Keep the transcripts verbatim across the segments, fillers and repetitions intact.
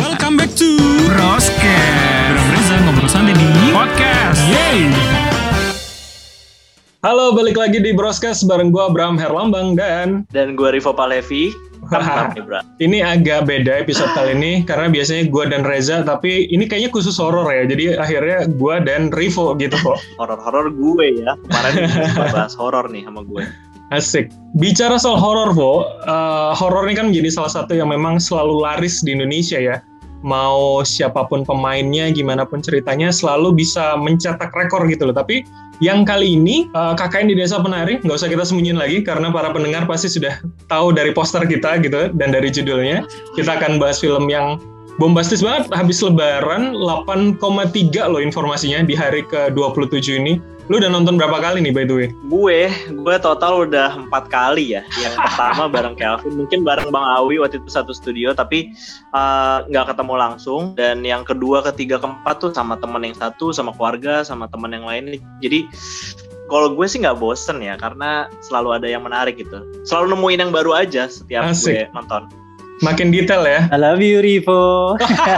Welcome back to Broscast. Bram Reza ngobrol santai di podcast. Yeay. Halo, balik lagi di Broscast bareng gue Bram Herlambang dan dan gue Rivo Palevi. Ini agak beda episode kali ini karena biasanya gue dan Reza, tapi ini kayaknya khusus horor ya. Jadi akhirnya gue dan Rivo gitu kok. Horor-horor gue ya. Kemarin kita bahas horor nih sama gue. Asik. Bicara soal horor, Vo, uh, horor ini kan menjadi salah satu yang memang selalu laris di Indonesia ya. Mau siapapun pemainnya, gimana pun ceritanya, selalu bisa mencetak rekor gitu loh. Tapi yang kali ini, uh, K K N di Desa Penari, nggak usah kita sembunyiin lagi, karena para pendengar pasti sudah tahu dari poster kita gitu, dan dari judulnya. Kita akan bahas film yang bombastis banget, habis lebaran, delapan koma tiga loh informasinya di hari ke dua puluh tujuh ini. Lu udah nonton berapa kali nih by the way? Gue, gue total udah empat kali ya. Yang pertama bareng Kelvin, mungkin bareng Bang Awi waktu itu satu studio, tapi nggak uh, ketemu langsung. Dan yang kedua, ketiga, keempat tuh sama teman yang satu, sama keluarga, sama teman yang lain. Jadi kalau gue sih nggak bosen ya, karena selalu ada yang menarik gitu. Selalu nemuin yang baru aja setiap Asik. gue nonton. Makin detail ya. I love you, Rivo.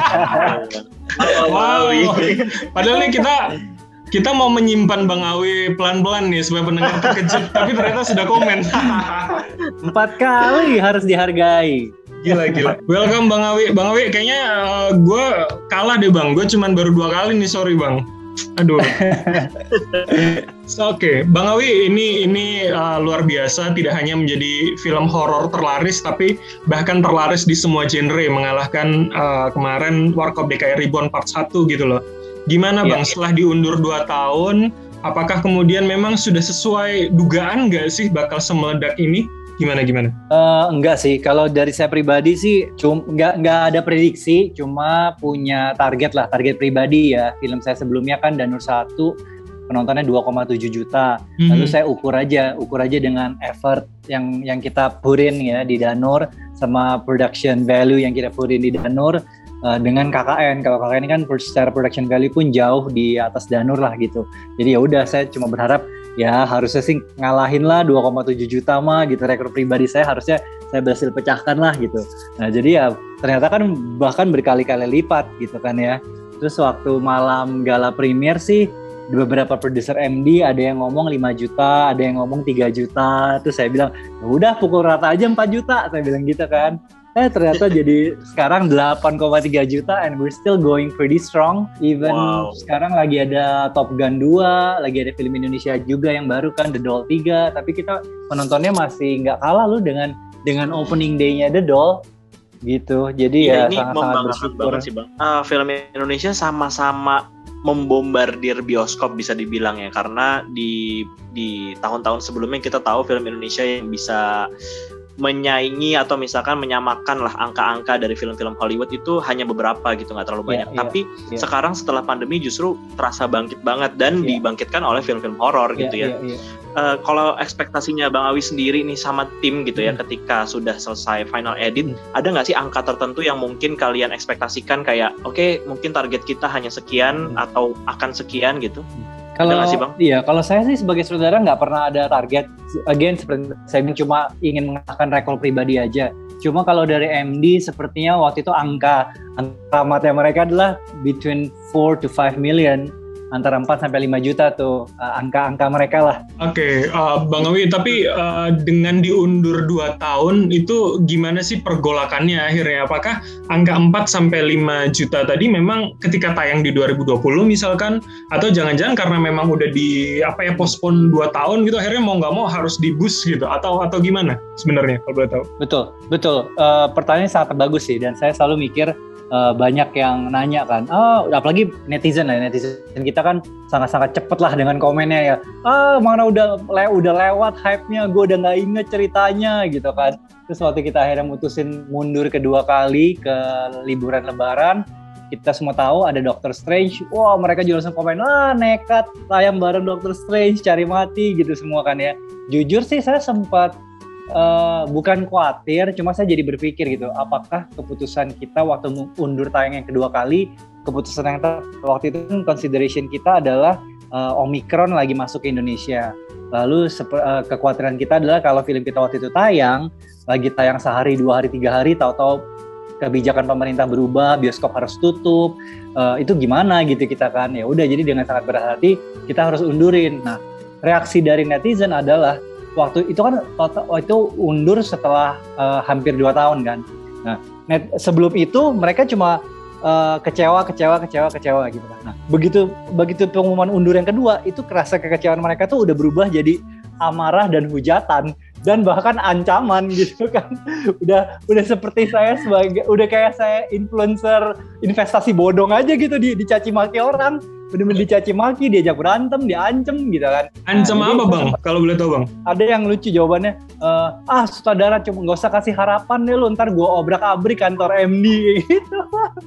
Wow. Padahal nih kita kita mau menyimpan Bang Awi pelan-pelan nih supaya pendengar terkejut, tapi ternyata sudah komen. Empat kali harus dihargai. Gila gila. Welcome Bang Awi. Bang Awi kayaknya uh, gue kalah deh Bang. Gue cuman baru dua kali nih, sorry Bang. Aduh. So, Oke, okay. Bang Awi ini ini uh, luar biasa, tidak hanya menjadi film horor terlaris, tapi bahkan terlaris di semua genre, mengalahkan uh, kemarin Warkop D K I Reborn Part satu gitu loh. Gimana Bang, ya, setelah diundur dua tahun, apakah kemudian memang sudah sesuai dugaan nggak sih bakal semeledak ini? Gimana-gimana? Uh, enggak sih, kalau dari saya pribadi sih cum, enggak, enggak ada prediksi, cuma punya target lah, target pribadi ya. Film saya sebelumnya kan Danur satu, penontonnya dua koma tujuh juta. Hmm. Lalu saya ukur aja, ukur aja dengan effort yang yang kita purin ya di Danur, sama production value yang kita purin di Danur, uh, dengan K K N. Kalau K K N kan secara production value pun jauh di atas Danur lah gitu. Jadi ya udah, saya cuma berharap ya harusnya sih ngalahin lah dua koma tujuh juta mah gitu, rekor pribadi saya harusnya saya berhasil pecahkan lah gitu. Nah jadi ya ternyata kan bahkan berkali-kali lipat gitu kan ya. Terus waktu malam gala premier sih beberapa produser M D ada yang ngomong lima juta, ada yang ngomong tiga juta. Terus saya bilang ya udah pukul rata aja empat juta, saya bilang gitu kan. Eh ternyata jadi sekarang delapan koma tiga juta and we're still going pretty strong. Even wow. Sekarang lagi ada Top Gun dua, lagi ada film Indonesia juga yang baru kan The Doll tiga, tapi kita penontonnya masih nggak kalah loh dengan dengan opening day-nya The Doll gitu. Jadi ya, ya sangat-sangat bersyukur. Sih, Bang. Uh, film Indonesia sama-sama membombardir bioskop bisa dibilang ya, karena di di tahun-tahun sebelumnya kita tahu film Indonesia yang bisa menyaingi atau misalkan menyamakan lah angka-angka dari film-film Hollywood itu hanya beberapa gitu, nggak terlalu banyak. Yeah, Tapi yeah, yeah. sekarang setelah pandemi justru terasa bangkit banget dan yeah. dibangkitkan oleh film-film horor yeah, gitu ya. Yeah, yeah. Uh, kalau ekspektasinya Bang Awi sendiri nih sama tim gitu ya, hmm. ketika sudah selesai final edit, hmm. ada nggak sih angka tertentu yang mungkin kalian ekspektasikan kayak, oke okay, mungkin target kita hanya sekian hmm. atau akan sekian gitu? Hmm. Kalau iya, kalau saya sih sebagai saudara nggak pernah ada target. Again, seperti saya cuma ingin mengalahkan rekor pribadi aja. Cuma kalau dari M D sepertinya waktu itu angka angka tamatnya mereka adalah between four to five million, antara empat sampai lima juta tuh uh, angka-angka mereka lah. Oke, okay, uh, Bang Awi, tapi uh, dengan diundur dua tahun itu gimana sih pergolakannya akhirnya? Apakah angka empat sampai lima juta tadi memang ketika tayang di dua ribu dua puluh misalkan, atau jangan-jangan karena memang udah di apa ya postpone dua tahun gitu akhirnya mau nggak mau harus di-boost gitu, atau atau gimana sebenarnya kalau boleh tahu? Betul, betul. Uh, pertanyaannya sangat bagus sih, dan saya selalu mikir Uh, banyak yang nanya kan, oh apalagi netizen lah, netizen kita kan sangat-sangat cepet lah dengan komennya ya, ah mana udah le- udah lewat hype-nya, gue udah nggak inget ceritanya gitu kan. Terus waktu kita akhirnya mutusin mundur kedua kali ke liburan lebaran, kita semua tahu ada Doctor Strange, wah mereka juga langsung komen, ah nekat tayang bareng Doctor Strange, cari mati gitu semua kan ya. Jujur sih saya sempat Uh, bukan khawatir, cuma saya jadi berpikir gitu, apakah keputusan kita waktu undur tayang yang kedua kali, keputusan yang ter- waktu itu consideration kita adalah uh, Omicron lagi masuk ke Indonesia. Lalu sep- uh, kekhawatiran kita adalah kalau film kita waktu itu tayang, lagi tayang sehari, dua hari, tiga hari, tahu-tahu kebijakan pemerintah berubah, bioskop harus tutup, uh, itu gimana gitu kita kan. Ya udah, jadi dengan sangat berhati kita harus undurin. Nah, reaksi dari netizen adalah waktu itu kan total, itu undur setelah uh, hampir dua tahun kan. Nah, net, sebelum itu mereka cuma uh, kecewa, kecewa, kecewa, kecewa gitu kan. Nah, begitu begitu pengumuman undur yang kedua, itu kerasa kekecewaan mereka tuh udah berubah jadi amarah dan hujatan. Dan bahkan ancaman gitu kan. Udah udah seperti saya sebagai udah kayak saya influencer investasi bodong aja gitu, di dicaci maki orang, bener-bener dicaci maki, diajak berantem, diancem gitu kan. Ancam nah, apa bang? Kalau boleh tahu bang? Ada yang lucu jawabannya, e, ah sutradara cuma nggak usah kasih harapan deh lu, ntar gue obrak-abrik kantor M D gitu.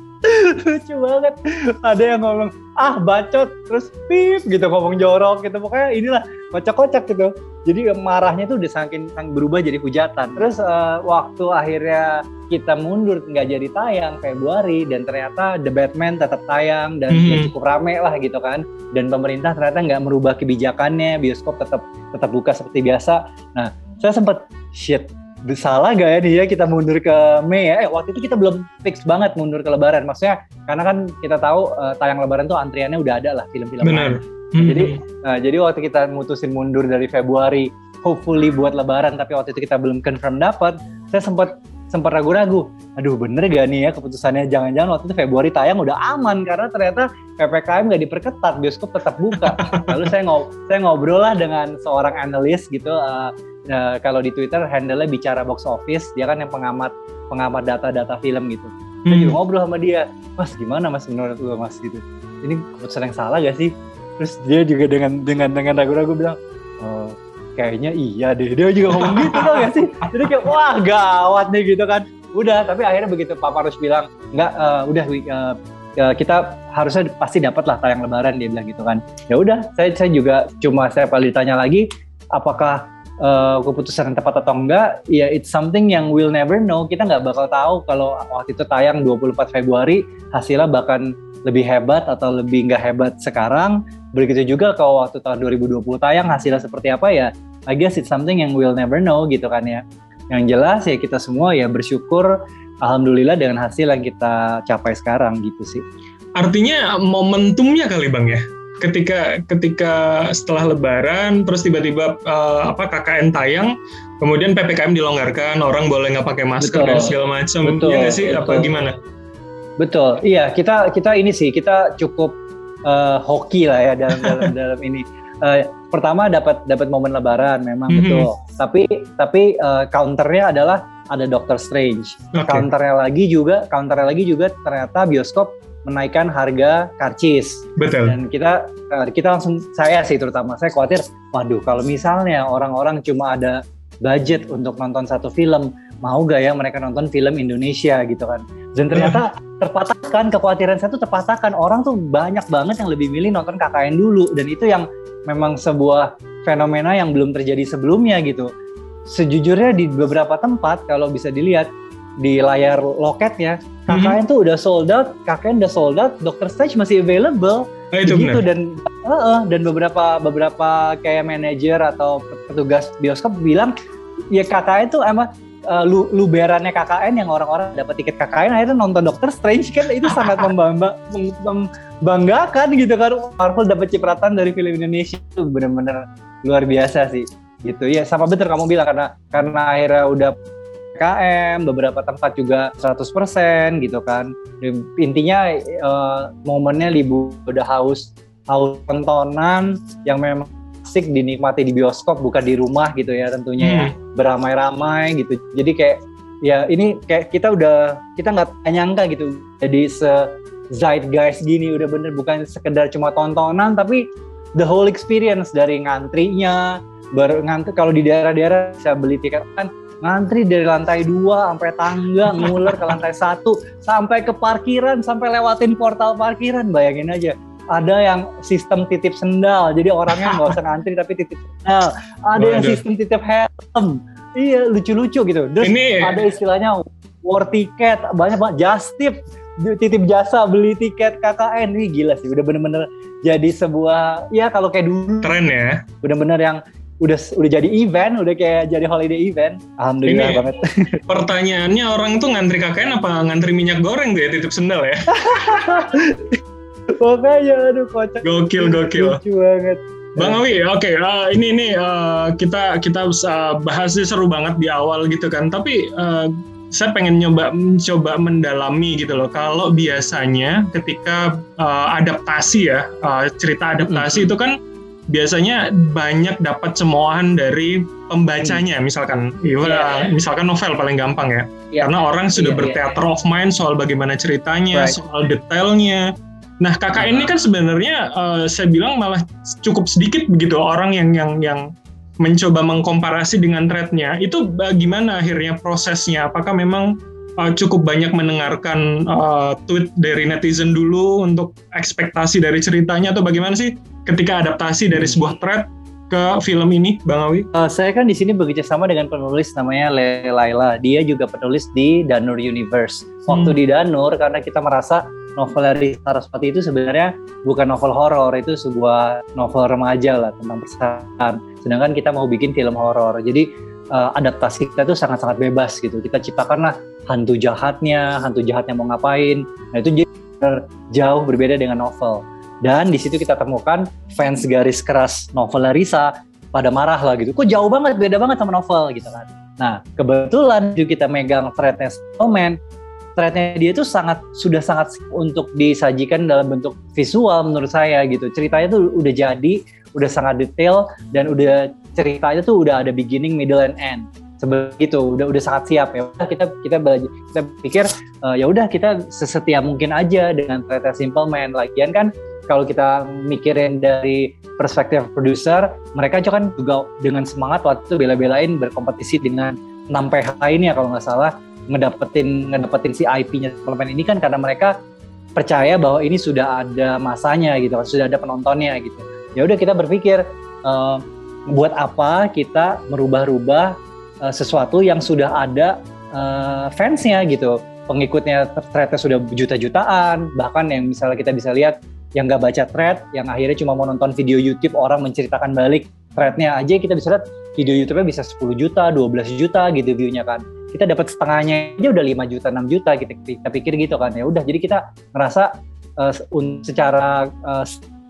Lucu banget. Ada yang ngomong, ah bacot, terus pip gitu, ngomong jorok gitu, pokoknya inilah kocak-kocak gitu. Jadi marahnya tuh udah saking, saking berubah jadi hujatan. Terus uh, waktu akhirnya kita mundur nggak jadi tayang Februari, dan ternyata The Batman tetap tayang dan mm-hmm. ya cukup rame lah gitu kan. Dan pemerintah ternyata nggak merubah kebijakannya, bioskop tetap tetap buka seperti biasa. Nah, saya sempat shit, salah gak ya nih ya kita mundur ke Mei ya? Eh, waktu itu kita belum fix banget mundur ke Lebaran. Maksudnya karena kan kita tahu uh, tayang Lebaran tuh antriannya udah ada lah film-film lain. Hmm. Jadi, nah, jadi waktu kita mutusin mundur dari Februari, hopefully buat Lebaran, tapi waktu itu kita belum confirm dapat. Saya sempat sempat ragu-ragu. Aduh, bener gak nih ya keputusannya? Jangan-jangan waktu itu Februari tayang udah aman karena ternyata P P K M nggak diperketat, bioskop tetap buka. Lalu saya ngob saya ngobrol lah dengan seorang analis gitu. Uh, uh, kalau di Twitter handle-nya bicara box office, dia kan yang pengamat pengamat data-data film gitu. Hmm. Saya juga ngobrol sama dia, Mas gimana Mas menurut lu Mas gitu? Ini keputusan yang salah gak sih? Terus dia juga dengan dengan dengan ragu-ragu bilang, oh, kayaknya iya deh. Dia juga ngomong gitu tau gak sih? Jadi kayak wah gawat nih gitu kan. Udah, tapi akhirnya begitu Pak Parus bilang, enggak, uh, udah uh, uh, kita harusnya pasti dapat lah tayang Lebaran, dia bilang gitu kan. Ya udah, saya saya juga cuma saya paling ditanya lagi, apakah uh, keputusan yang tepat atau enggak? Ya it's something yang we'll never know. Kita nggak bakal tahu kalau waktu itu tayang dua puluh empat Februari hasilnya bahkan lebih hebat atau lebih nggak hebat sekarang. Begitu juga kalau waktu tahun dua ribu dua puluh tayang hasilnya seperti apa ya, I guess it's something yang we'll never know gitu kan ya. Yang jelas ya kita semua ya bersyukur alhamdulillah dengan hasil yang kita capai sekarang gitu sih. Artinya momentumnya kali Bang ya, ketika ketika setelah Lebaran terus tiba-tiba uh, apa K K N tayang, kemudian P P K M dilonggarkan, orang boleh nggak pakai masker betul, dan segala macam, iya nggak sih? Betul. Apa gimana? Betul, iya kita kita ini sih kita cukup uh, hoki lah ya dalam dalam dalam ini. Uh, pertama dapat dapat momen Lebaran memang mm-hmm. betul, tapi tapi uh, counternya adalah ada Doctor Strange. Okay. Counternya lagi juga counternya lagi juga ternyata bioskop menaikkan harga karcis. Betul. Dan kita kita langsung, saya sih terutama saya khawatir, waduh kalau misalnya orang-orang cuma ada budget untuk nonton satu film, mau gak ya mereka nonton film Indonesia gitu kan. Dan ternyata terpatahkan, kekhawatiran saya tuh terpatahkan, orang tuh banyak banget yang lebih milih nonton K K N dulu, dan itu yang memang sebuah fenomena yang belum terjadi sebelumnya gitu. Sejujurnya di beberapa tempat kalau bisa dilihat di layar loketnya, K K N hmm. tuh udah sold out, K K N udah sold out, Doctor Strange masih available. Oh, itu begitu, benar. dan uh, uh, dan beberapa beberapa kayak manajer atau petugas bioskop bilang ya K K N tuh emang uh, lu luberannya K K N yang orang-orang dapat tiket K K N akhirnya nonton Doctor Strange kan, itu sangat membangga, membanggakan gitu kan. Marvel dapat cipratan dari film Indonesia, itu benar-benar luar biasa sih gitu ya. Sama betul kamu bilang, karena karena akhirnya udah K K M, beberapa tempat juga seratus persen gitu kan. Intinya uh, momennya libur udah haus haus tontonan yang memang asik dinikmati di bioskop, bukan di rumah gitu ya tentunya hmm. ya, beramai-ramai gitu. Jadi kayak ya ini kayak kita udah kita nggak nyangka gitu jadi se zeitgeist gini, udah bener bukan sekedar cuma tontonan tapi the whole experience, dari ngantrinya ber ngantri kalau di daerah-daerah bisa beli tiket kan ngantri dari lantai dua sampai tangga, nguler ke lantai satu, sampai ke parkiran, sampai lewatin portal parkiran. Bayangin aja, ada yang sistem titip sendal, jadi orangnya nggak usah ngantri tapi titip sendal. Ada Waduh. yang sistem titip helm, iya lucu-lucu gitu. Terus ini ada istilahnya war ticket, banyak banget, just tip, titip jasa beli tiket K K N. Ini gila sih, udah bener-bener jadi sebuah, ya kalau kayak dulu tren ya, bener-bener yang udah udah jadi event, udah kayak jadi holiday event. Alhamdulillah Ini banget. Pertanyaannya orang tuh ngantri K K N apa ngantri minyak goreng tuh ya, titip sendal ya? Pokoknya aduh kocak. Gokil, gokil. Lucu banget. Bang Awi, oke, okay, uh, ini ini uh, kita kita bisa bahasnya seru banget di awal gitu kan. Tapi uh, saya pengen nyoba mencoba mendalami gitu loh. Kalau biasanya ketika uh, adaptasi ya, uh, cerita adaptasi mm-hmm. itu kan biasanya banyak dapat cemoohan dari pembacanya, mm. misalkan, yeah. uh, misalkan novel paling gampang ya. Yeah. Karena orang sudah yeah, bertheater yeah, yeah. of mind soal bagaimana ceritanya, right. soal detailnya. Nah, K K N ini kan sebenarnya uh, saya bilang malah cukup sedikit begitu orang yang yang yang mencoba mengkomparasi dengan thread-nya. Itu bagaimana akhirnya prosesnya? Apakah memang uh, cukup banyak mendengarkan uh, tweet dari netizen dulu untuk ekspektasi dari ceritanya, atau bagaimana sih ketika adaptasi dari sebuah thread ke film ini, Bang Awi? Uh, saya kan di sini bekerja sama dengan penulis namanya Le Laila. Dia juga penulis di Danur Universe. Waktu hmm. di Danur, karena kita merasa novel dari Saraswati itu sebenarnya bukan novel horor, itu sebuah novel remaja lah tentang perasaan. Sedangkan kita mau bikin film horor, jadi uh, adaptasi kita tuh sangat-sangat bebas gitu. Kita ciptakanlah hantu jahatnya, hantu jahatnya mau ngapain. Nah itu jadi jauh berbeda dengan novel. Dan di situ kita temukan fans garis keras novel Larissa pada marah lah gitu. Kok jauh banget, beda banget sama novel gitu kan. Nah kebetulan kita megang thread-nya Snowman. Thread-nya dia tuh sangat sudah sangat untuk disajikan dalam bentuk visual menurut saya gitu. Ceritanya tuh udah jadi, udah sangat detail, dan udah ceritanya tuh udah ada beginning, middle, and end. Sebegitu, udah udah sangat siap ya. Kita kita belajar, kita pikir uh, ya udah kita sesetia mungkin aja dengan thread-nya Simple Man. Lagian kan kalau kita mikirin dari perspektif produser, mereka kan juga dengan semangat waktu itu bela-belain berkompetisi dengan enam P H lainnya kalau nggak salah. ngedapetin ngedapetin si I P-nya suplemen ini kan karena mereka percaya bahwa ini sudah ada masanya gitu, sudah ada penontonnya gitu. Ya udah kita berpikir uh, buat apa kita merubah-rubah uh, sesuatu yang sudah ada uh, fansnya gitu, pengikutnya threadnya sudah juta-jutaan, bahkan yang misalnya kita bisa lihat yang nggak baca thread, yang akhirnya cuma mau nonton video YouTube orang menceritakan balik threadnya aja, kita bisa lihat video YouTube-nya bisa sepuluh juta, dua belas juta gitu view-nya kan. Kita dapat setengahnya aja udah lima juta, enam juta gitu. Kita pikir gitu kan. Ya udah, jadi kita ngerasa uh, secara uh,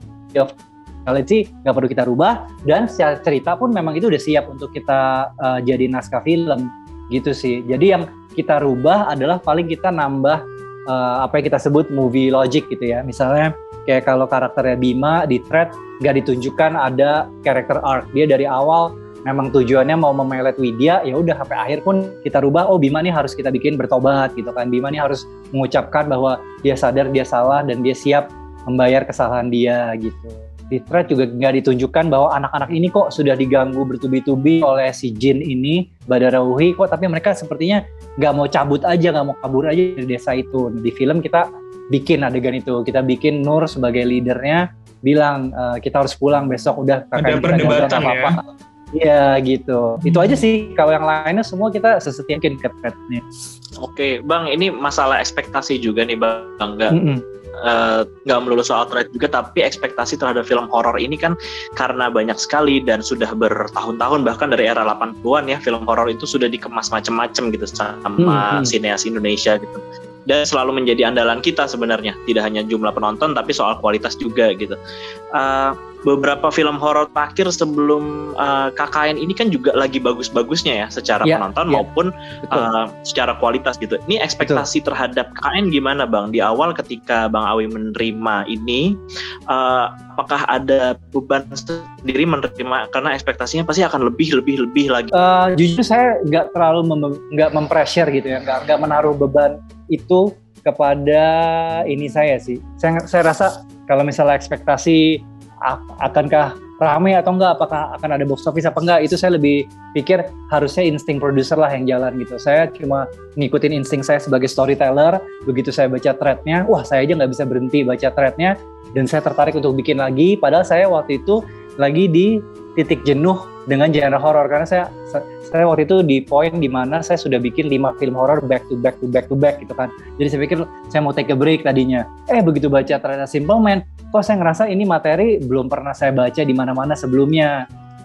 quality nggak perlu kita rubah, dan secara cerita pun memang itu udah siap untuk kita uh, jadi naskah film gitu sih. Jadi yang kita rubah adalah paling kita nambah uh, apa yang kita sebut movie logic gitu ya. Misalnya kayak kalau karakternya Bima di thread nggak ditunjukkan ada character arc, dia dari awal memang tujuannya mau memelet Widya, ya udah sampai akhir pun kita rubah, oh Bima nih harus kita bikin bertobat gitu kan. Bima nih harus mengucapkan bahwa dia sadar dia salah dan dia siap membayar kesalahan dia gitu. Di thread juga nggak ditunjukkan bahwa anak-anak ini kok sudah diganggu bertubi-tubi oleh si Jin ini, Badarauhi kok, tapi mereka sepertinya nggak mau cabut aja, nggak mau kabur aja dari desa itu. Di film kita bikin adegan itu, kita bikin Nur sebagai leadernya bilang e, kita harus pulang besok, udah kakak kita perdebatan apa-apa. Ya. Iya gitu, hmm. itu aja sih. Kalau yang lainnya semua kita sesetia mungkin ke thread-nya. Oke Bang, ini masalah ekspektasi juga nih Bang, nggak mm-hmm. uh, nggak melulu soal thread juga, tapi ekspektasi terhadap film horor ini kan karena banyak sekali dan sudah bertahun-tahun, bahkan dari era delapan puluhan ya, film horor itu sudah dikemas macam-macam gitu sama mm-hmm. sineas Indonesia gitu. Dan selalu menjadi andalan kita sebenarnya, tidak hanya jumlah penonton tapi soal kualitas juga gitu. Uh, beberapa film horor terakhir sebelum uh, K K N ini kan juga lagi bagus-bagusnya ya, secara ya, penonton ya. maupun uh, secara kualitas gitu. Ini ekspektasi Betul. terhadap K K N gimana Bang? Di awal ketika Bang Awi menerima ini, uh, apakah ada beban sendiri menerima, karena ekspektasinya pasti akan lebih-lebih-lebih lagi? Uh, jujur saya nggak terlalu mem- nggak mempressure gitu ya, nggak nggak menaruh beban itu kepada ini saya sih. Saya saya rasa kalau misalnya ekspektasi akankah ramai atau enggak, apakah akan ada box office apa enggak, itu saya lebih pikir harusnya insting produser lah yang jalan gitu. Saya cuma ngikutin insting saya sebagai storyteller. Begitu saya baca thread-nya, wah saya aja nggak bisa berhenti baca thread-nya, dan saya tertarik untuk bikin lagi. Padahal saya waktu itu lagi di titik jenuh dengan genre horor, karena saya saya waktu itu di poin di mana saya sudah bikin lima film horor back to back to back to back gitu kan. Jadi saya pikir saya mau take a break tadinya. Eh begitu baca ternyata Simple Man, kok saya ngerasa ini materi belum pernah saya baca di mana-mana sebelumnya.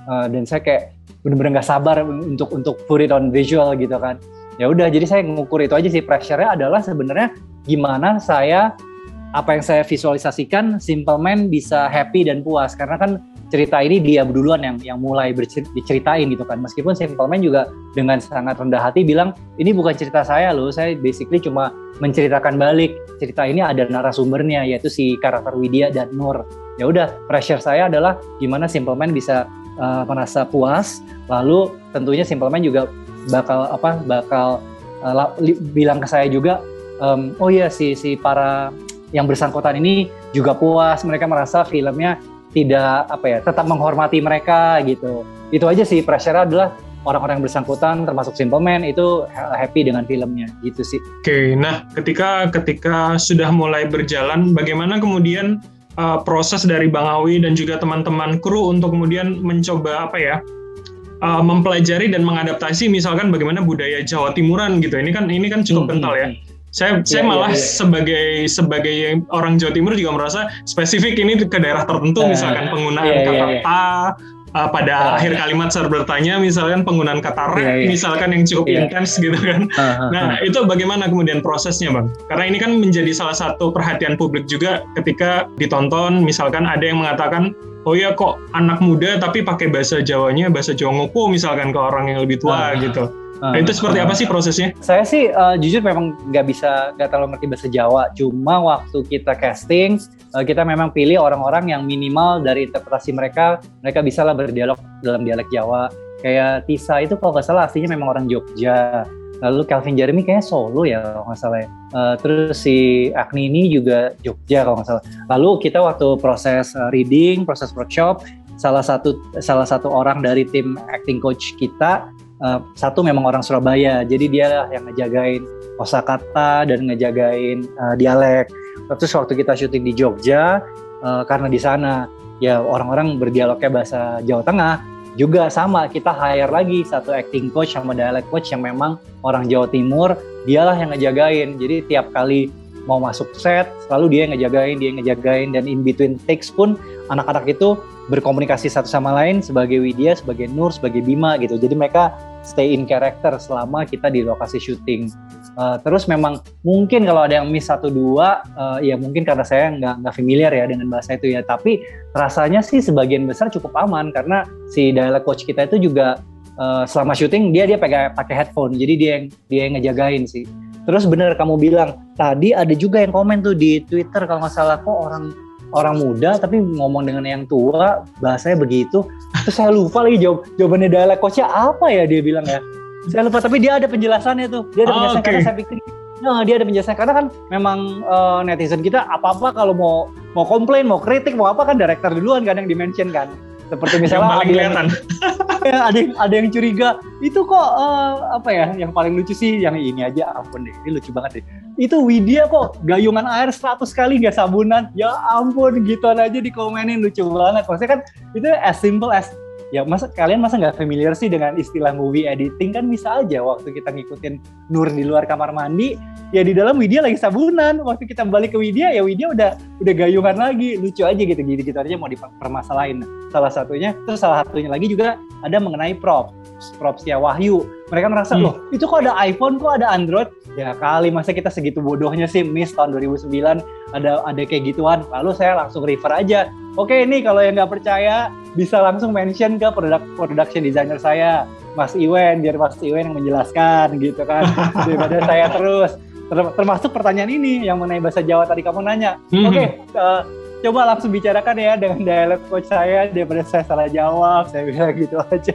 uh, dan saya kayak bener-bener nggak sabar untuk untuk put it on visual gitu kan. Ya udah, jadi saya ngukur itu aja sih. Pressure-nya adalah sebenarnya gimana saya apa yang saya visualisasikan Simple Man bisa happy dan puas, karena kan cerita ini dia duluan yang yang mulai bercer- diceritain gitu kan. Meskipun Simple Man juga dengan sangat rendah hati bilang ini bukan cerita saya loh, saya basically cuma menceritakan balik cerita ini, ada narasumbernya yaitu si karakter Widya dan Nur. Ya udah, pressure saya adalah gimana Simple Man bisa uh, merasa puas, lalu tentunya Simple Man juga bakal apa bakal uh, li- bilang ke saya juga um, oh iya si si para yang bersangkutan ini juga puas, mereka merasa filmnya tidak apa ya tetap menghormati mereka gitu. Itu aja sih, pressure adalah orang-orang yang bersangkutan termasuk Simple Man itu happy dengan filmnya gitu sih. Oke, nah ketika ketika sudah mulai berjalan, bagaimana kemudian uh, proses dari Bang Awi dan juga teman-teman kru untuk kemudian mencoba apa ya uh, mempelajari dan mengadaptasi misalkan bagaimana budaya Jawa Timuran gitu. Ini kan ini kan cukup Hmm, kental ya. hmm. Saya saya Iya, malah iya, iya. sebagai sebagai orang Jawa Timur juga merasa spesifik ini ke daerah tertentu, Eh, misalkan penggunaan iya, iya, kata iya. ta uh, pada Ah. akhir kalimat saat bertanya, misalkan penggunaan kata re, Iya, iya. misalkan yang cukup Iya. intens gitu kan. Uh, uh, Nah, uh. itu bagaimana kemudian prosesnya, Bang? Karena ini kan menjadi salah satu perhatian publik juga ketika ditonton, misalkan ada yang mengatakan, oh ya kok anak muda tapi pakai bahasa Jawanya, bahasa Jawa Ngoko misalkan ke orang yang lebih tua Uh, gitu. uh, Nah, itu seperti uh. apa sih prosesnya? Saya sih uh, jujur memang nggak bisa, nggak terlalu ngerti bahasa Jawa. Cuma waktu kita casting, uh, kita memang pilih orang-orang yang minimal dari interpretasi mereka, mereka bisa lah berdialog dalam dialek Jawa. Kayak Tisa itu kalau nggak salah aslinya memang orang Jogja. Lalu Calvin Jeremy kayaknya Solo ya kalau nggak salah ya. Uh, terus si Agni ini juga Jogja kalau nggak salah. Lalu kita waktu proses uh, reading, proses workshop, salah satu salah satu orang dari tim acting coach kita, Uh, satu memang orang Surabaya, jadi dia yang ngejagain kosakata dan ngejagain uh, dialek. Terus waktu kita syuting di Jogja, uh, karena di sana ya orang-orang berdialognya bahasa Jawa Tengah, juga sama kita hire lagi satu acting coach sama dialect coach yang memang orang Jawa Timur, dialah yang ngejagain. Jadi tiap kali mau masuk set, selalu dia yang ngejagain, dia yang ngejagain, dan in between takes pun anak-anak itu berkomunikasi satu sama lain sebagai Widya, sebagai Nur, sebagai Bima gitu. Jadi mereka stay in character selama kita di lokasi syuting. Uh, terus memang mungkin kalau ada yang miss satu dua, uh, ya mungkin karena saya nggak nggak familiar ya dengan bahasa itu ya. Tapi rasanya sih sebagian besar cukup aman karena si dialect coach kita itu juga uh, selama syuting dia dia pakai pakai headphone. Jadi dia yang dia yang ngejagain sih. Terus bener kamu bilang tadi ada juga yang komen tuh di Twitter kalau nggak salah, kok orang orang muda tapi ngomong dengan yang tua bahasanya begitu. Terus saya lupa lagi jawab jawabannya dialek coachnya apa ya, dia bilang ya. Saya lupa, tapi dia ada penjelasannya tuh. Dia ada Oh, penjelasan okay. karena saya pikir nah, dia ada penjelasan karena kan memang uh, netizen kita apa-apa kalau mau mau komplain, mau kritik, mau apa kan director duluan kan yang di-mention kan. Seperti Yang misalnya paling ada yang, kelihatan. ya, ada yang ada yang curiga itu kok uh, apa ya, yang paling lucu sih yang ini aja, ampun deh, ini lucu banget deh. Itu Widya kok gayungan air seratus kali nggak sabunan, ya ampun, gituan aja dikomenin, lucu banget. Maksudnya kan itu as simple as ya, masa kalian masa nggak familiar sih dengan istilah movie editing? Kan bisa aja waktu kita ngikutin Nur di luar kamar mandi, ya di dalam Widya lagi sabunan. Waktu kita balik ke Widya, ya Widya udah udah gayungan lagi, lucu aja gitu, gitu-gitu aja mau dipermasalahin. Salah satunya, terus salah satunya lagi juga ada mengenai props, propsnya Wahyu. Mereka merasa, Hmm. loh itu kok ada iPhone, kok ada Android? Ya kali, masa kita segitu bodohnya sih miss tahun dua ribu sembilan ada ada kayak gituan. Lalu saya langsung refer aja. Oke, ini kalau yang nggak percaya bisa langsung mention ke produk production designer saya, Mas Iwen, biar Mas Iwen yang menjelaskan gitu kan. Daripada saya terus. Ter- termasuk pertanyaan ini yang mengenai bahasa Jawa tadi kamu nanya. Mhm. Oke, uh, coba langsung bicarakan ya dengan dialect coach saya daripada saya salah jawab. Saya bilang gitu aja.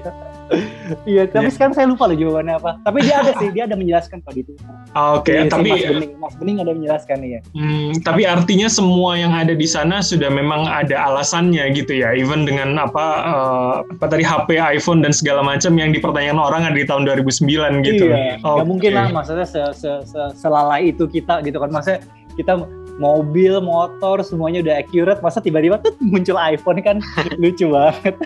Iya, tapi Yeah. sekarang saya lupa loh jawabannya apa. Tapi dia ada sih, dia ada menjelaskan kok di itu. Oke, Iya, si tapi Mas Bening, Mas Bening ada menjelaskan ya. Hmm, tapi artinya semua yang ada di sana sudah memang ada alasannya gitu ya. Even dengan apa uh, apa tadi H P, iPhone dan segala macam yang dipertanyakan orang ada di tahun dua ribu sembilan gitu. Iya, nggak Oke. mungkin lah, maksudnya se, se, se, selalai itu kita gitu kan. Maksudnya kita mobil, motor, semuanya udah accurate, masa tiba-tiba tuh muncul iPhone kan lucu banget.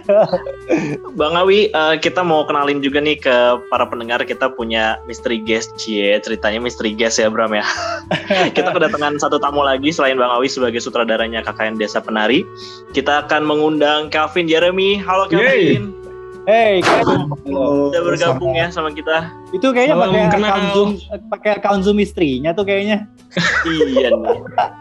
Bang Awi, uh, kita mau kenalin juga nih ke para pendengar, kita punya mystery guest. Cie, ceritanya mystery guest ya Bram ya. Kita kedatangan satu tamu lagi selain Bang Awi sebagai sutradaranya K K N Desa Penari. Kita akan mengundang Calvin Jeremy. Halo Calvin. Hey, Kevin. Udah bergabung ya sama kita. Itu kayaknya Salam pakai kenal. account Zoom, pakai account Zoom istrinya tuh kayaknya. Iya nih.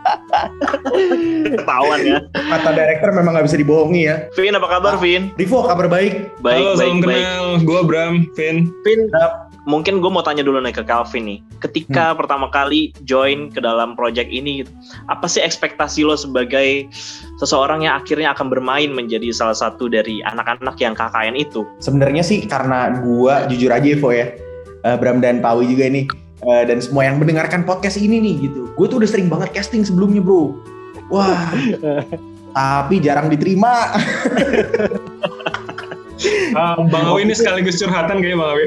Ketahuan ya. Kata director memang nggak bisa dibohongi ya. Vin, apa kabar Vin? Rivo, kabar baik? Baik, Halo, baik, salam baik. kenal. Gue Bram, Vin. Vin, mungkin gue mau tanya dulu nih ke Calvin nih. Ketika pertama kali join ke dalam project ini, gitu, apa sih ekspektasi lo sebagai seseorang yang akhirnya akan bermain menjadi salah satu dari anak-anak yang K K N itu? Sebenarnya sih karena gua jujur aja Evo ya, uh, Bram dan Pawi juga nih, uh, dan semua yang mendengarkan podcast ini nih gitu. Gue tuh udah sering banget casting sebelumnya bro. Wah, tapi jarang diterima. Ah, Bang Awi ini sekaligus curhatan kayaknya Bang Awi.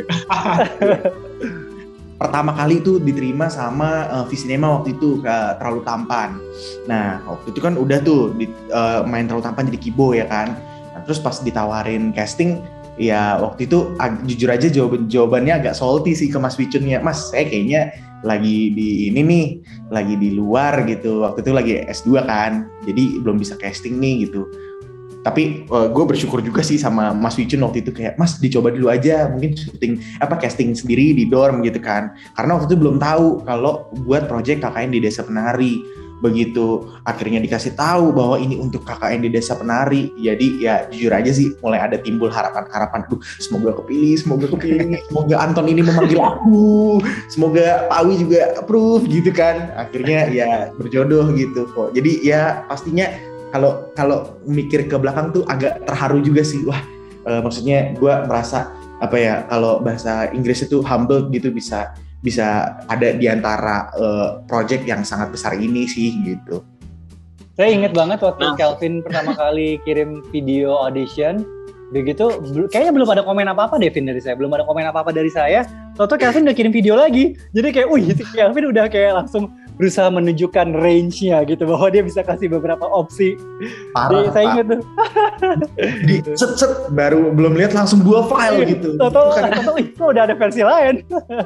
Pertama kali itu diterima sama uh, Visinema waktu itu uh, Terlalu Tampan. Nah waktu itu kan udah tuh di, uh, main Terlalu Tampan jadi Kibo ya kan. Nah, terus pas ditawarin casting, ya waktu itu ag- jujur aja jawaban jawabannya agak salty sih ke Mas Wicunnya. Mas, saya kayaknya lagi di ini nih, lagi di luar gitu. Waktu itu lagi S dua kan, jadi belum bisa casting nih gitu. Tapi uh, gue bersyukur juga sih sama Mas Wicun waktu itu, kayak Mas dicoba dulu aja, mungkin syuting apa casting sendiri di dorm gitu kan. Karena waktu itu belum tahu kalau buat project K K N di Desa Penari. Begitu akhirnya dikasih tahu bahwa ini untuk K K N di Desa Penari, jadi ya jujur aja sih mulai ada timbul harapan-harapan, duh semoga kepilih, semoga kepilih, semoga Anton ini memanggil aku, semoga Pawi juga approve gitu kan. Akhirnya ya berjodoh gitu kok. Jadi ya pastinya kalau kalau mikir ke belakang tuh agak terharu juga sih. Wah, e, maksudnya gue merasa apa ya, kalau bahasa Inggris itu humble gitu, bisa bisa ada di antara uh, project yang sangat besar ini sih gitu. Saya inget banget waktu Nah. Calvin pertama kali kirim video audition, begitu bel- kayaknya belum ada komen apa-apa deh Vin dari saya, belum ada komen apa-apa dari saya. Tahu-tahu Calvin udah kirim video lagi, jadi kayak, wih, Calvin udah kayak langsung berusaha menunjukkan range-nya gitu, bahwa dia bisa kasih beberapa opsi. Jadi, Parah, saya Pak. inget tuh. Di set set baru belum lihat langsung dua file gitu. Tahu-tahu, Bukan- tahu-tahu, ih, kok udah ada versi lain.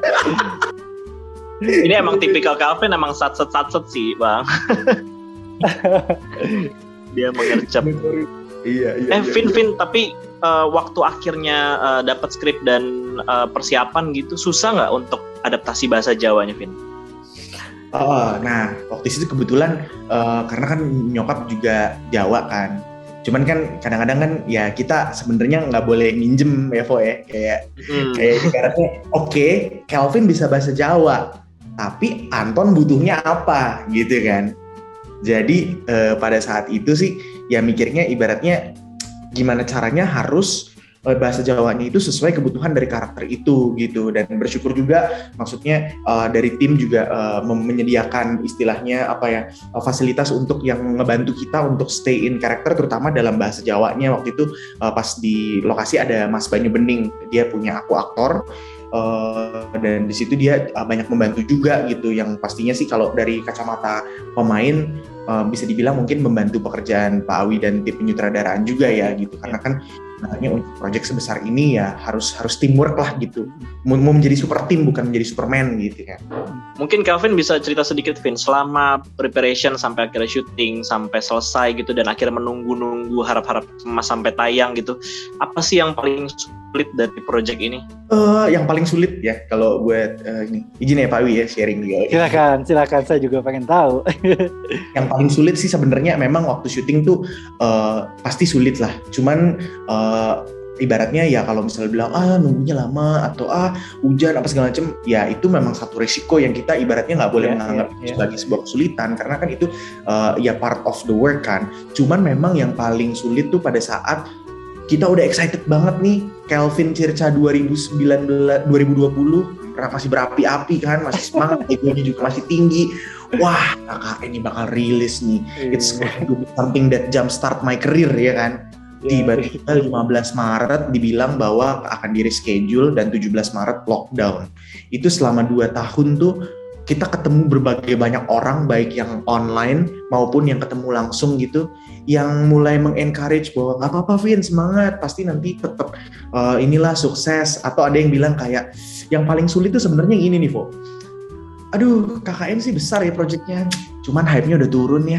Ini emang tipikal Calvin, emang satset-satset sih bang. Dia mengercep. Iya iya. Eh iya. Vin, Vin, tapi uh, waktu akhirnya uh, dapat skrip dan uh, persiapan gitu, susah nggak untuk adaptasi bahasa Jawanya, Vin? Oh, nah waktu itu kebetulan uh, karena kan nyokap juga Jawa kan. Cuman kan kadang-kadang kan ya kita sebenarnya nggak boleh minjem ya Vo ya, kayak Hmm. kayak ibaratnya oke, Calvin bisa bahasa Jawa, tapi Anton butuhnya apa gitu kan. Jadi eh, pada saat itu sih ya mikirnya ibaratnya gimana caranya harus eh, bahasa Jawanya itu sesuai kebutuhan dari karakter itu gitu. Dan bersyukur juga maksudnya eh, dari tim juga eh, mem- menyediakan istilahnya apa ya, eh, fasilitas untuk yang ngebantu kita untuk stay in karakter, terutama dalam bahasa Jawanya. Waktu itu eh, pas di lokasi ada Mas Banyu Bening, dia punya aku aktor. Uh, dan di situ dia uh, banyak membantu juga gitu, yang pastinya sih kalau dari kacamata pemain uh, bisa dibilang mungkin membantu pekerjaan Pak Awi dan tim penyutradaraan juga ya gitu, karena kan makanya untuk proyek sebesar ini ya harus harus teamwork lah gitu, mau, mau menjadi super team bukan menjadi Superman gitu kan. Mungkin Calvin bisa cerita sedikit, Vin, selama preparation sampai akhirnya syuting sampai selesai gitu, dan akhirnya menunggu-nunggu harap-harap mas sampai tayang gitu, apa sih yang paling sulit dari project ini? Uh, yang paling sulit ya kalau buat uh, ini izin ya Pak Awi ya sharing juga. Silakan, silakan, saya juga pengen tahu. Yang paling sulit sih sebenarnya memang waktu syuting tuh uh, pasti sulit lah. Cuman uh, ibaratnya ya kalau misalnya bilang ah nunggunya lama atau ah hujan apa segala macam, ya itu memang satu resiko yang kita ibaratnya nggak boleh Yeah, menganggap yeah, yeah. sebagai sebuah kesulitan, karena kan itu uh, ya part of the work kan. Cuman memang yang paling sulit tuh pada saat kita udah excited banget nih, Calvin Circa dua ribu sembilan belas dua ribu dua puluh masih berapi-api kan, masih semangat, egonya juga masih tinggi. Wah, K K N ini bakal rilis nih. It's going to be something that jumpstart my career ya kan. Tiba-tiba lima belas Maret dibilang bahwa akan di reschedule dan tujuh belas Maret lockdown. Itu selama dua tahun tuh kita ketemu berbagai banyak orang, baik yang online maupun yang ketemu langsung gitu, yang mulai meng-encourage bahwa nggak apa-apa Vin, semangat, pasti nanti tetap uh, inilah sukses. Atau ada yang bilang kayak yang paling sulit tuh sebenarnya yang ini nih Vo, aduh K K N sih besar ya projectnya, cuman hype-nya udah turun ya.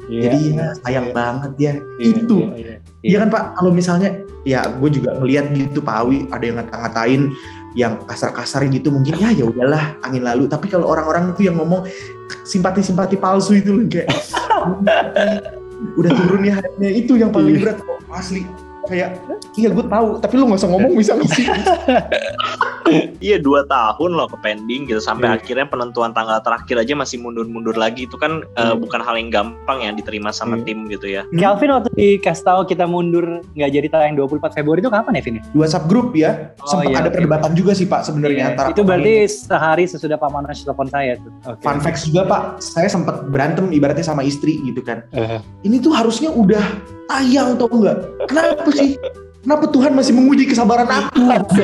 Iya, Jadi iya, ya sayang iya. banget ya. Iya, Itu. iya, iya. Iya kan Pak, kalau misalnya ya gue juga ngelihat gitu Pak Awi ada yang ngata-ngatain yang kasar-kasar gitu mungkin ya ya udahlah angin lalu. Tapi kalau orang-orang itu yang ngomong simpati-simpati palsu itu loh kayak udah turun ya hype-nya itu yang paling Iya. berat kok asli. Kayak iya gue tahu tapi lu nggak usah ngomong bisa nggak sih? Iya dua tahun loh ke pending gitu sampai Iya. akhirnya penentuan tanggal terakhir aja masih mundur-mundur lagi itu kan eh, Iya. bukan hal yang gampang ya diterima sama Iya. tim gitu ya. Kelvin waktu dikasih tahu kita mundur nggak jadi tayang dua puluh empat Februari itu kapan ya Vin? Di WhatsApp grup ya Oh, sempat iya, ada oke. perdebatan juga sih Pak sebenarnya Iya, antara itu berarti pemain. sehari sesudah Pak Manos telepon saya tuh. Oke. Fun facts juga Pak, saya sempat berantem ibaratnya sama istri gitu kan. Eh. Ini tuh harusnya udah tayang atau enggak? Kenapa sih? Kenapa Tuhan masih menguji kesabaran aku?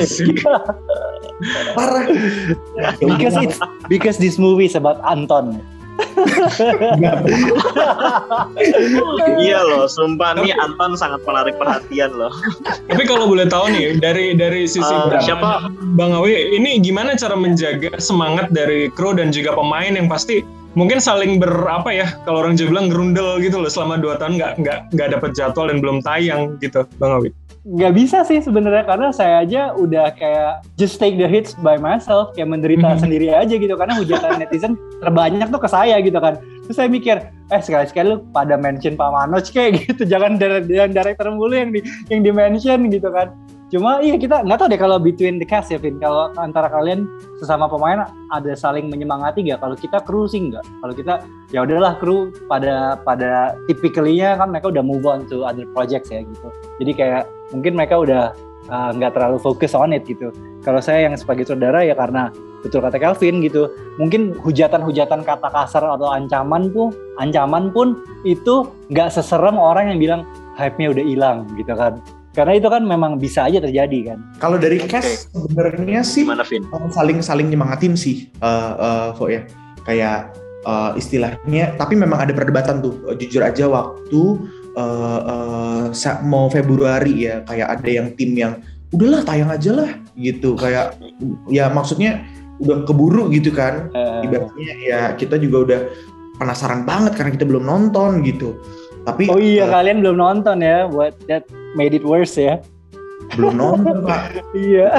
Parah. Ya because udah. it's because this movie is about Anton. Iya loh, sumpah nih Anton sangat menarik perhatian loh. Tapi kalau boleh tahu nih dari dari sisi Eh, Bang- siapa? Bang Awi, ini gimana cara menjaga semangat dari kru dan juga pemain yang pasti mungkin saling ber apa ya kalau orang Jawa bilang gerundel gitu loh selama dua tahun nggak nggak nggak dapat jadwal dan belum tayang gitu, Bang Awi. Nggak bisa sih sebenarnya karena saya aja udah kayak just take the hits by myself kayak menderita Mhm. sendiri aja gitu karena hujatan netizen terbanyak tuh ke saya gitu kan. Terus saya mikir eh sekali-sekali lu pada mention Pak Manoj kayak gitu jangan dari yang director mulu yang di yang di mention gitu kan. Cuma iya kita nggak tahu deh kalau between the cast ya Vin kalau antara kalian sesama pemain ada saling menyemangati nggak? Kalau kita kru sih nggak. Kalau kita ya udahlah kru pada pada typically-nya kan mereka udah move on to other projects ya gitu. Jadi kayak mungkin mereka udah uh, nggak terlalu fokus on it gitu. Kalau saya yang sebagai saudara ya karena betul kata Kelvin gitu. Mungkin hujatan-hujatan kata kasar atau ancaman pun, ancaman pun itu nggak seserem orang yang bilang hype-nya udah hilang gitu kan. Karena itu kan memang bisa aja terjadi kan. Kalau dari cast sebenarnya sih Gimana Vin? saling saling nyemangatin sih, uh, uh, Vo ya. Kayak uh, istilahnya, tapi memang ada perdebatan tuh. Uh, jujur aja waktu uh, uh, sa- mau Februari ya, kayak ada yang tim yang udahlah tayang aja lah gitu. Kayak ya maksudnya udah keburu gitu kan. Uh, Ibaratnya ya kita juga udah penasaran banget karena kita belum nonton gitu. Tapi oh iya uh, kalian belum nonton ya, buat that made it worse ya. belum nonton Pak. Iya.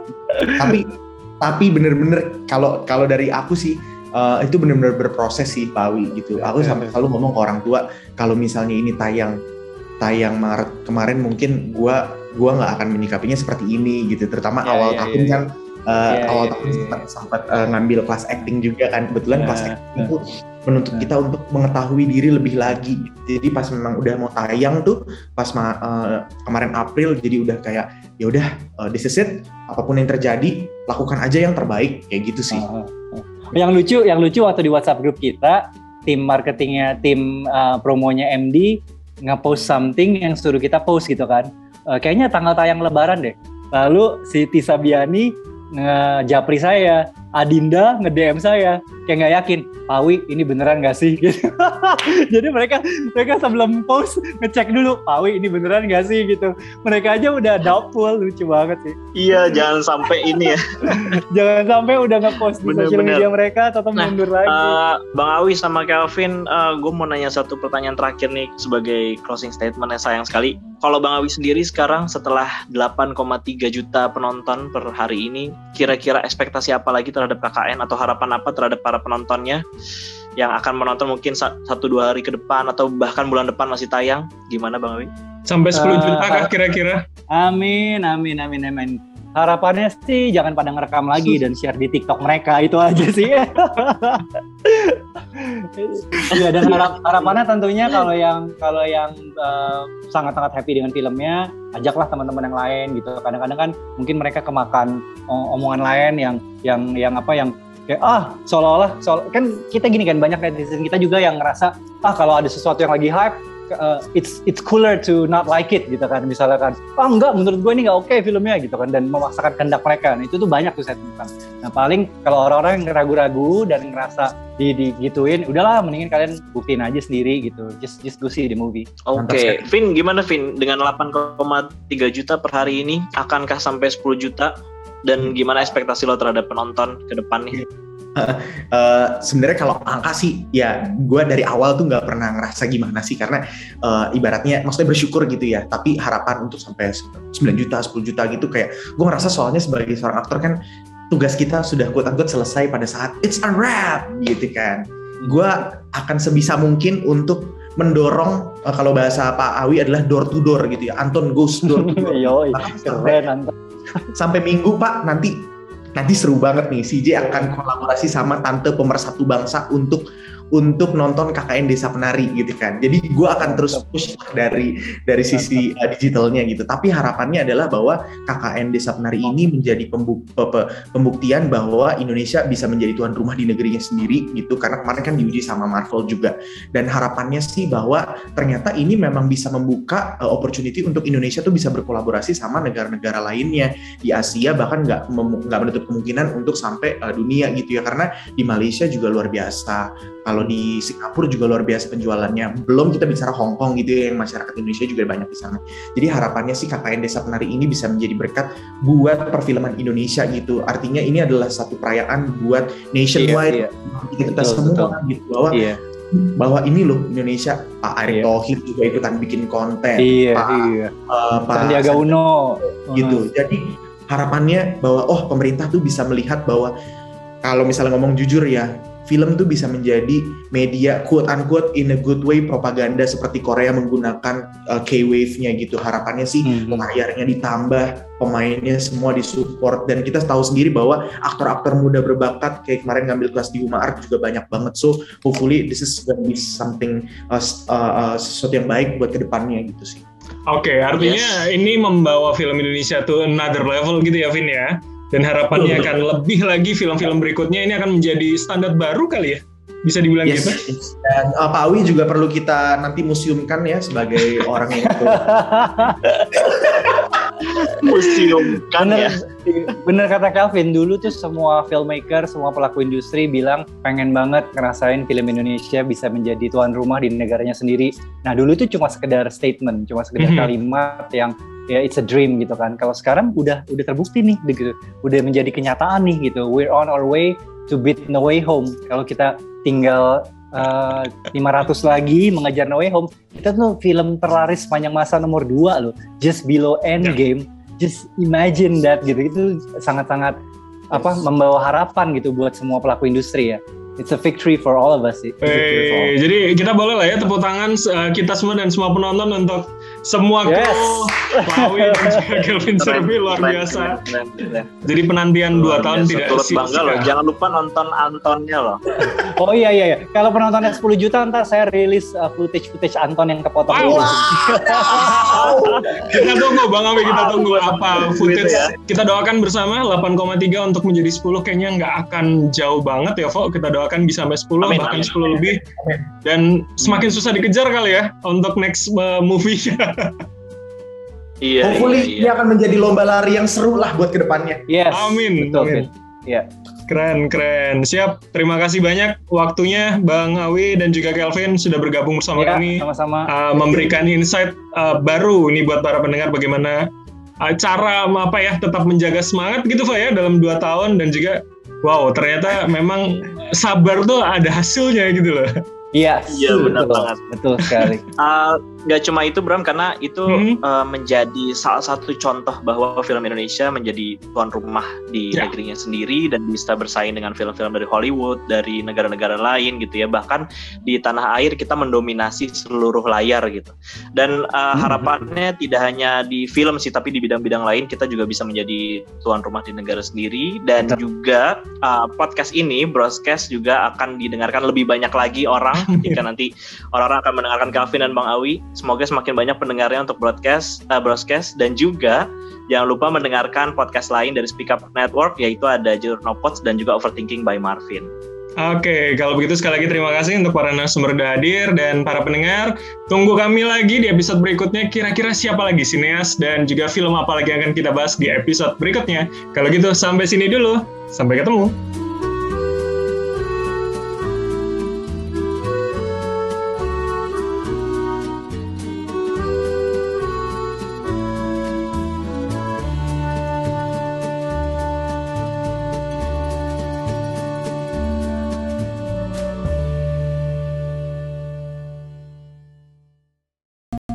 tapi tapi bener-bener kalau kalau dari aku sih uh, itu bener-bener berproses sih Pak Awi gitu. Aku sampai selalu ngomong ke orang tua kalau misalnya ini tayang tayang Maret kemarin mungkin gua gua nggak akan menyikapinya seperti ini gitu. Terutama Ya, awal ya, tahun ya. kan uh, Ya, awal ya, tahun ya. sempat sempat uh, ngambil kelas acting juga kan. Kebetulan Ya, kelas acting ya. itu menuntut kita untuk mengetahui diri lebih lagi. Jadi pas memang udah mau tayang tuh pas ma- uh, kemarin April jadi udah kayak ya udah uh, this is it, apapun yang terjadi lakukan aja yang terbaik kayak gitu sih. Uh, uh. Yang lucu, yang lucu waktu di WhatsApp grup kita, tim marketingnya, tim uh, promonya M D nge-post something yang suruh kita post gitu kan. Uh, kayaknya tanggal tayang Lebaran deh. Lalu si Tisa Biani nge-japri saya, Adinda nge-D M saya, kayak nggak yakin, Pawi ini beneran nggak sih? Gitu. Jadi mereka mereka sebelum post ngecek dulu, Pawi ini beneran nggak sih gitu. Mereka aja udah doubtful, lucu banget sih. Iya, jangan sampai ini ya. Jangan sampai udah nge-post di Bener, sosial bener. media mereka atau Nah, mundur lagi. Eh, Bang Awi sama Kelvin, gue mau nanya satu pertanyaan terakhir nih sebagai closing statement yang sayang sekali. Kalau Bang Awi sendiri sekarang setelah delapan koma tiga juta penonton per hari ini, kira-kira ekspektasi apa lagi terhadap K K N atau harapan apa terhadap para penontonnya yang akan menonton mungkin satu dua hari ke depan atau bahkan bulan depan masih tayang? Gimana Bang Awi? Sampai sepuluh juta kah Uh, kira-kira? Amin, amin, amin, amin. Harapannya sih jangan pada ngerekam lagi dan share di TikTok mereka, itu aja sih. Iya, dan harap, harapannya tentunya kalau yang kalau yang uh, sangat-sangat happy dengan filmnya, ajaklah teman-teman yang lain gitu. Kadang-kadang kan mungkin mereka kemakan uh, omongan lain yang yang yang apa yang kayak ah seolah-olah soal, kan kita gini kan banyak netizen kita juga yang ngerasa ah kalau ada sesuatu yang lagi hype Uh, it's it's cooler to not like it gitu kan, misalnya kan ah enggak menurut gue ini nggak oke okay filmnya gitu kan, dan memaksakan kehendak mereka. Nah, itu tuh banyak tuh saya temukan. Nah paling kalau orang-orang yang ragu-ragu dan ngerasa di digituin, udahlah mendingin kalian buktiin aja sendiri gitu, just just go see the movie. Oke, okay. Vin gimana Vin dengan delapan koma tiga juta per hari ini, akankah sampai sepuluh juta? Dan gimana ekspektasi lo terhadap penonton ke depan nih? Uh, sebenarnya kalau angka sih ya gue dari awal tuh nggak pernah ngerasa gimana sih karena uh, ibaratnya maksudnya bersyukur gitu ya, tapi harapan untuk sampai sembilan juta sepuluh juta gitu kayak gue ngerasa soalnya sebagai seorang aktor kan tugas kita sudah quote unquote selesai pada saat it's a wrap gitu kan. Gue akan sebisa mungkin untuk mendorong uh, kalau bahasa Pak Awi adalah door to door gitu ya, Anton goes door to door. Yoi, keren Anton. Sampai minggu Pak nanti Nanti seru banget nih, C J akan kolaborasi sama Tante Pemersatu Bangsa untuk untuk nonton K K N Desa Penari gitu kan. Jadi gue akan terus push dari dari sisi uh, digitalnya gitu. Tapi harapannya adalah bahwa K K N Desa Penari ini menjadi pembuk, pembuktian bahwa Indonesia bisa menjadi tuan rumah di negerinya sendiri gitu. Karena kemarin kan diuji sama Marvel juga. Dan harapannya sih bahwa ternyata ini memang bisa membuka uh, opportunity untuk Indonesia tuh bisa berkolaborasi sama negara-negara lainnya di Asia, bahkan nggak nggak menutup kemungkinan untuk sampai uh, dunia gitu ya. Karena di Malaysia juga luar biasa. Kalau di Singapura juga luar biasa penjualannya. Belum kita bicara Hong Kong gitu ya, yang masyarakat Indonesia juga banyak di sana. Jadi harapannya sih K K N Desa Penari ini bisa menjadi berkat buat perfilman Indonesia gitu. Artinya ini adalah satu perayaan buat nationwide. Iya, iya. Kita betul, semua betul. Gitu bahwa iya. bahwa ini loh Indonesia. Pak Erick iya. Thohir juga ikutan bikin konten. Iya, Pak, iya. Uh, Pak Sandiaga Uno gitu. Hmm. Jadi harapannya bahwa oh pemerintah tuh bisa melihat bahwa kalau misalnya ngomong jujur ya, film tuh bisa menjadi media quote unquote in a good way propaganda seperti Korea menggunakan uh, K-wave-nya gitu. Harapannya sih hmm. layarnya ditambah, pemainnya semua disupport, dan kita tahu sendiri bahwa aktor-aktor muda berbakat kayak kemarin ngambil kelas di Uma Art juga banyak banget. So hopefully this is gonna be something uh, uh, uh, sesuatu yang baik buat kedepannya gitu sih. Oke, okay, artinya yes. ini membawa film Indonesia to another level gitu ya, Vin ya. Dan harapannya akan lebih lagi film-film berikutnya ini akan menjadi standar baru kali ya, bisa dibilang yes. gitu. Dan uh, Pak Awi juga perlu kita nanti museumkan ya sebagai orang yang itu. Museumkan ya. Bener kata Calvin, dulu tuh semua filmmaker, semua pelaku industri bilang pengen banget ngerasain film Indonesia bisa menjadi tuan rumah di negaranya sendiri. Nah dulu tuh cuma sekedar statement, cuma sekedar mm-hmm. kalimat yang ya it's a dream gitu kan. Kalau sekarang udah udah terbukti nih gitu. Udah menjadi kenyataan nih gitu. We're on our way to beat No Way Home. Kalau kita tinggal uh, lima ratus lagi mengejar No Way Home, kita tuh film terlaris sepanjang masa nomor dua loh. Just below Endgame. Yeah. Just imagine that gitu. Itu sangat-sangat yes. apa membawa harapan gitu buat semua pelaku industri ya. It's a victory for all of us sih. Hey, jadi kita boleh lah ya tepuk tangan uh, kita semua dan semua penonton untuk semua kru yes. Pawi dan juga Kelvin Servi luar biasa. Keren, keren, keren. Jadi penantian dua tahun tidak sia-sia. Bangga loh. Jangan lupa nonton Antonnya loh. Oh iya iya iya. Kalau penontonnya sepuluh juta ntar saya rilis uh, footage-footage Anton yang kepotong. Wow. Wow. Kita tunggu Bang Awi, kita tunggu apa footage. Ya. Kita doakan bersama delapan koma tiga untuk menjadi sepuluh kayaknya nggak akan jauh banget ya, Fo. Kita doakan bisa sampai sepuluh amin, bahkan amin, sepuluh amin. Lebih. Dan semakin susah dikejar kali ya untuk next uh, movie. Iya, hopefully iya, iya. ini akan menjadi lomba lari yang seru lah buat kedepannya. Yes, amin. Betul, amin. Ya. Keren, keren. Siap. Terima kasih banyak waktunya Bang Awi dan juga Kelvin sudah bergabung bersama ya, kami. Sama-sama. Uh, memberikan insight uh, baru ini buat para pendengar bagaimana uh, cara apa ya tetap menjaga semangat gitu Pak ya dalam dua tahun, dan juga wow ternyata memang sabar tuh ada hasilnya gitu loh. Iya, iya benar banget, betul sekali. uh, Gak cuma itu Bram, karena itu hmm. uh, menjadi salah satu contoh bahwa film Indonesia menjadi tuan rumah di ya. negerinya sendiri dan bisa bersaing dengan film-film dari Hollywood, dari negara-negara lain gitu ya. Bahkan di tanah air kita mendominasi seluruh layar gitu. Dan uh, hmm. harapannya tidak hanya di film sih, tapi di bidang-bidang lain kita juga bisa menjadi tuan rumah di negara sendiri. Dan Betul. juga uh, podcast ini, broadcast juga akan didengarkan lebih banyak lagi orang jika nanti orang-orang akan mendengarkan Calvin dan Bang Awi. Semoga semakin banyak pendengarnya untuk broadcast, uh, broadcast dan juga jangan lupa mendengarkan podcast lain dari Speak Up Network, yaitu ada Journopods dan juga Overthinking by Marvin. Oke, kalau begitu sekali lagi terima kasih untuk para narasumber sudah hadir dan para pendengar. Tunggu kami lagi di episode berikutnya. Kira-kira siapa lagi sineas dan juga film apa lagi yang akan kita bahas di episode berikutnya. Kalau gitu sampai sini dulu. Sampai ketemu.